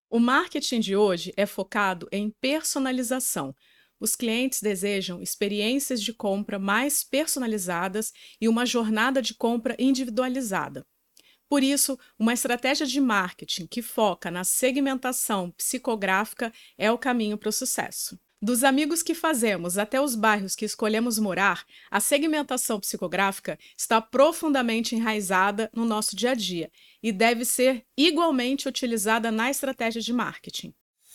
O marketing de hoje é focado em personalização. Os clientes desejam experiências de compra mais personalizadas e uma jornada de compra individualizada. Por isso, uma estratégia de marketing que foca na segmentação psicográfica é o caminho para o sucesso. Dos amigos que fazemos até os bairros que escolhemos morar, a segmentação psicográfica está profundamente enraizada no nosso dia a dia e deve ser igualmente utilizada na estratégia de marketing.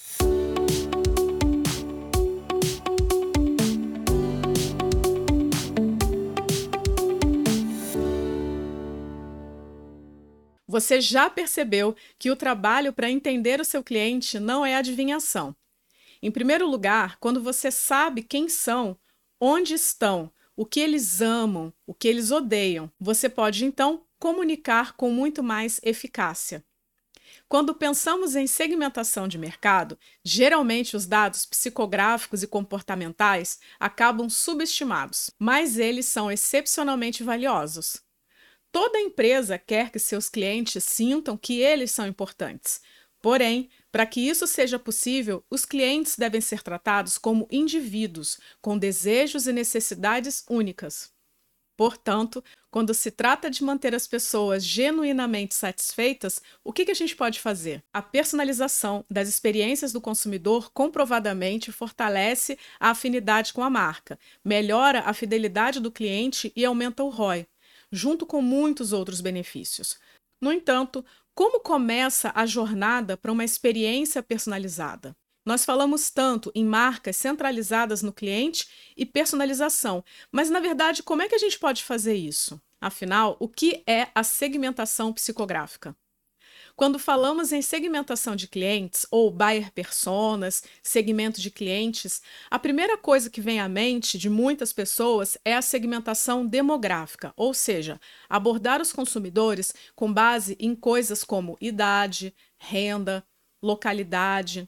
Você já percebeu que o trabalho para entender o seu cliente não é adivinhação. Em primeiro lugar, quando você sabe quem são, onde estão, o que eles amam, o que eles odeiam, você pode então comunicar com muito mais eficácia. Quando pensamos em segmentação de mercado, geralmente os dados psicográficos e comportamentais acabam subestimados, mas eles são excepcionalmente valiosos. Toda empresa quer que seus clientes sintam que eles são importantes. Porém, para que isso seja possível, os clientes devem ser tratados como indivíduos, com desejos e necessidades únicas. Portanto, quando se trata de manter as pessoas genuinamente satisfeitas, o que a gente pode fazer? A personalização das experiências do consumidor comprovadamente fortalece a afinidade com a marca, melhora a fidelidade do cliente e aumenta o ROI, junto com muitos outros benefícios. No entanto, como começa a jornada para uma experiência personalizada? Nós falamos tanto em marcas centralizadas no cliente e personalização, mas na verdade, como é que a gente pode fazer isso? Afinal, o que é a segmentação psicográfica? Quando falamos em segmentação de clientes ou buyer personas, segmento de clientes, a primeira coisa que vem à mente de muitas pessoas é a segmentação demográfica, ou seja, abordar os consumidores com base em coisas como idade, renda, localidade.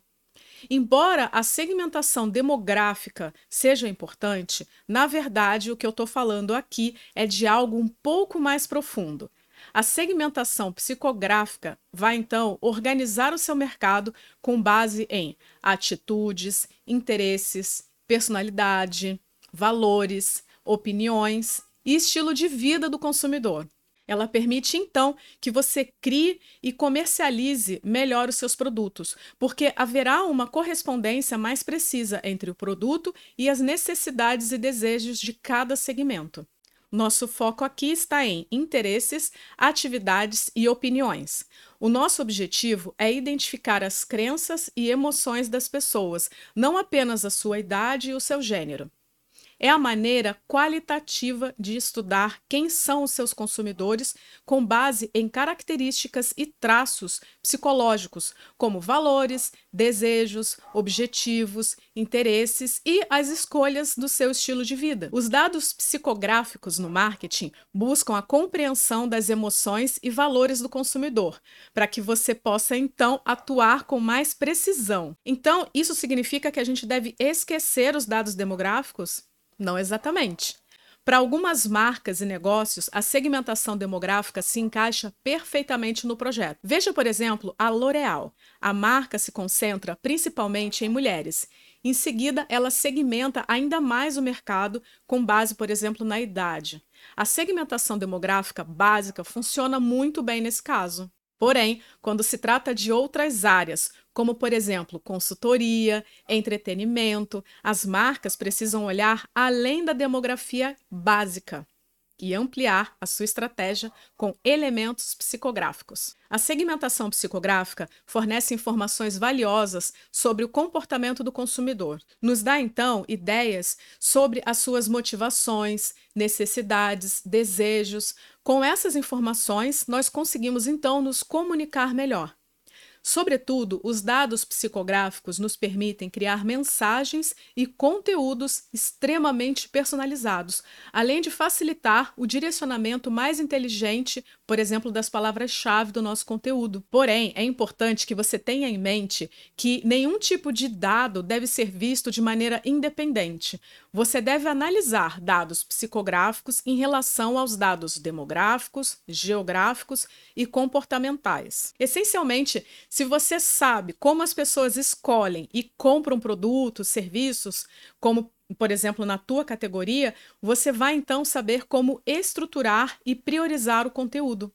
Embora a segmentação demográfica seja importante, na verdade o que eu estou falando aqui é de algo um pouco mais profundo. A segmentação psicográfica vai então organizar o seu mercado com base em atitudes, interesses, personalidade, valores, opiniões e estilo de vida do consumidor. Ela permite, então, que você crie e comercialize melhor os seus produtos, porque haverá uma correspondência mais precisa entre o produto e as necessidades e desejos de cada segmento. Nosso foco aqui está em interesses, atividades e opiniões. O nosso objetivo é identificar as crenças e emoções das pessoas, não apenas a sua idade e o seu gênero. É a maneira qualitativa de estudar quem são os seus consumidores com base em características e traços psicológicos, como valores, desejos, objetivos, interesses e as escolhas do seu estilo de vida. Os dados psicográficos no marketing buscam a compreensão das emoções e valores do consumidor, para que você possa então atuar com mais precisão. Então, isso significa que a gente deve esquecer os dados demográficos? Não exatamente. Para algumas marcas e negócios, a segmentação demográfica se encaixa perfeitamente no projeto. Veja, por exemplo, a L'Oréal. A marca se concentra principalmente em mulheres. Em seguida, ela segmenta ainda mais o mercado com base, por exemplo, na idade. A segmentação demográfica básica funciona muito bem nesse caso. Porém, quando se trata de outras áreas, como, por exemplo, consultoria, entretenimento, as marcas precisam olhar além da demografia básica e ampliar a sua estratégia com elementos psicográficos. A segmentação psicográfica fornece informações valiosas sobre o comportamento do consumidor. Nos dá, então, ideias sobre as suas motivações, necessidades, desejos. Com essas informações, nós conseguimos, então, nos comunicar melhor. Sobretudo, os dados psicográficos nos permitem criar mensagens e conteúdos extremamente personalizados, além de facilitar o direcionamento mais inteligente, por exemplo, das palavras-chave do nosso conteúdo. Porém, é importante que você tenha em mente que nenhum tipo de dado deve ser visto de maneira independente. Você deve analisar dados psicográficos em relação aos dados demográficos, geográficos e comportamentais. Essencialmente, Se você sabe como as pessoas escolhem e compram produtos, serviços, como, por exemplo, na tua categoria, você vai então saber como estruturar e priorizar o conteúdo.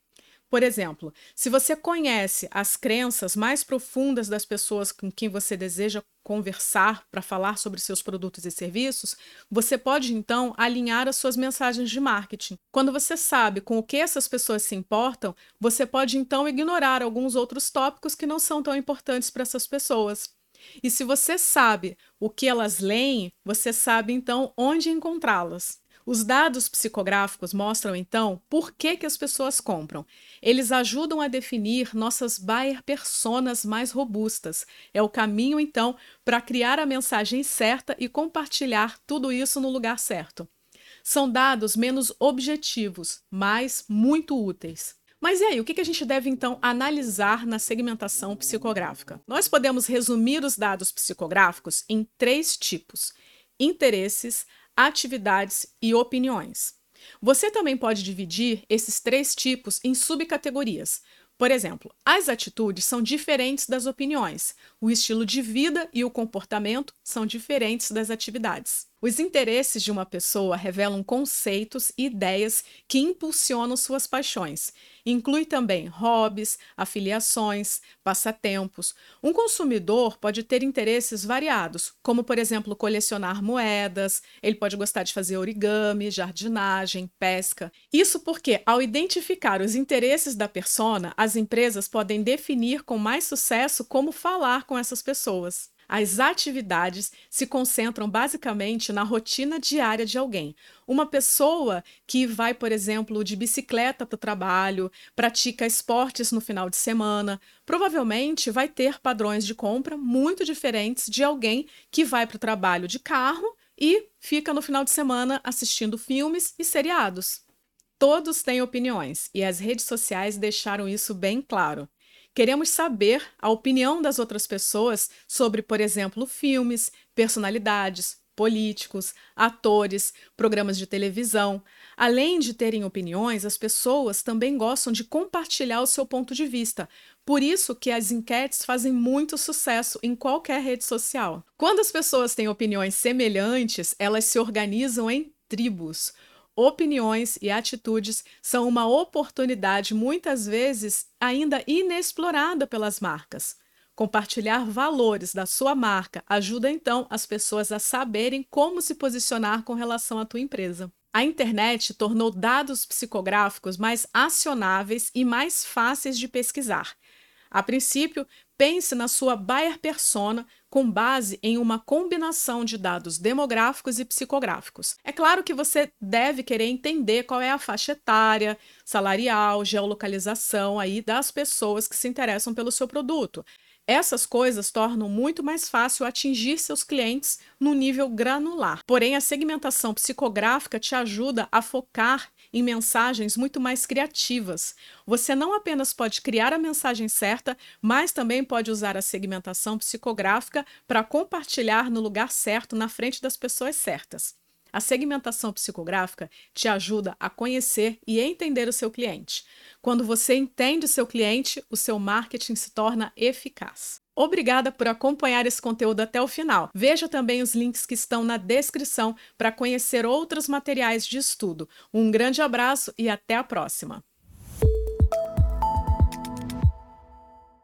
Por exemplo, se você conhece as crenças mais profundas das pessoas com quem você deseja conversar para falar sobre seus produtos e serviços, você pode então alinhar as suas mensagens de marketing. Quando você sabe com o que essas pessoas se importam, você pode então ignorar alguns outros tópicos que não são tão importantes para essas pessoas. E se você sabe o que elas leem, você sabe então onde encontrá-las. Os dados psicográficos mostram, então, por que as pessoas compram. Eles ajudam a definir nossas buyer personas mais robustas. É o caminho, então, para criar a mensagem certa e compartilhar tudo isso no lugar certo. São dados menos objetivos, mas muito úteis. Mas e aí, o que a gente deve então analisar na segmentação psicográfica? Nós podemos resumir os dados psicográficos em 3 tipos: interesses, atividades e opiniões. Você também pode dividir esses 3 tipos em subcategorias. Por exemplo, as atitudes são diferentes das opiniões, o estilo de vida e o comportamento são diferentes das atividades. Os interesses de uma pessoa revelam conceitos e ideias que impulsionam suas paixões. Inclui também hobbies, afiliações, passatempos. Um consumidor pode ter interesses variados, como, por exemplo, colecionar moedas, ele pode gostar de fazer origami, jardinagem, pesca. Isso porque, ao identificar os interesses da persona, as empresas podem definir com mais sucesso como falar com essas pessoas. As atividades se concentram basicamente na rotina diária de alguém. Uma pessoa que vai, por exemplo, de bicicleta para o trabalho, pratica esportes no final de semana, provavelmente vai ter padrões de compra muito diferentes de alguém que vai para o trabalho de carro e fica no final de semana assistindo filmes e seriados. Todos têm opiniões e as redes sociais deixaram isso bem claro. Queremos saber a opinião das outras pessoas sobre, por exemplo, filmes, personalidades, políticos, atores, programas de televisão. Além de terem opiniões, as pessoas também gostam de compartilhar o seu ponto de vista. Por isso que as enquetes fazem muito sucesso em qualquer rede social. Quando as pessoas têm opiniões semelhantes, elas se organizam em tribos. Opiniões e atitudes são uma oportunidade, muitas vezes ainda inexplorada pelas marcas. Compartilhar valores da sua marca ajuda então as pessoas a saberem como se posicionar com relação à tua empresa. A internet tornou dados psicográficos mais acionáveis e mais fáceis de pesquisar. A princípio, pense na sua buyer persona com base em uma combinação de dados demográficos e psicográficos. É claro que você deve querer entender qual é a faixa etária, salarial, geolocalização aí das pessoas que se interessam pelo seu produto. Essas coisas tornam muito mais fácil atingir seus clientes no nível granular. Porém, a segmentação psicográfica te ajuda a focar em mensagens muito mais criativas. Você não apenas pode criar a mensagem certa, mas também pode usar a segmentação psicográfica para compartilhar no lugar certo, na frente das pessoas certas. A segmentação psicográfica te ajuda a conhecer e entender o seu cliente. Quando você entende o seu cliente, o seu marketing se torna eficaz. Obrigada por acompanhar esse conteúdo até o final. Veja também os links que estão na descrição para conhecer outros materiais de estudo. Um grande abraço e até a próxima!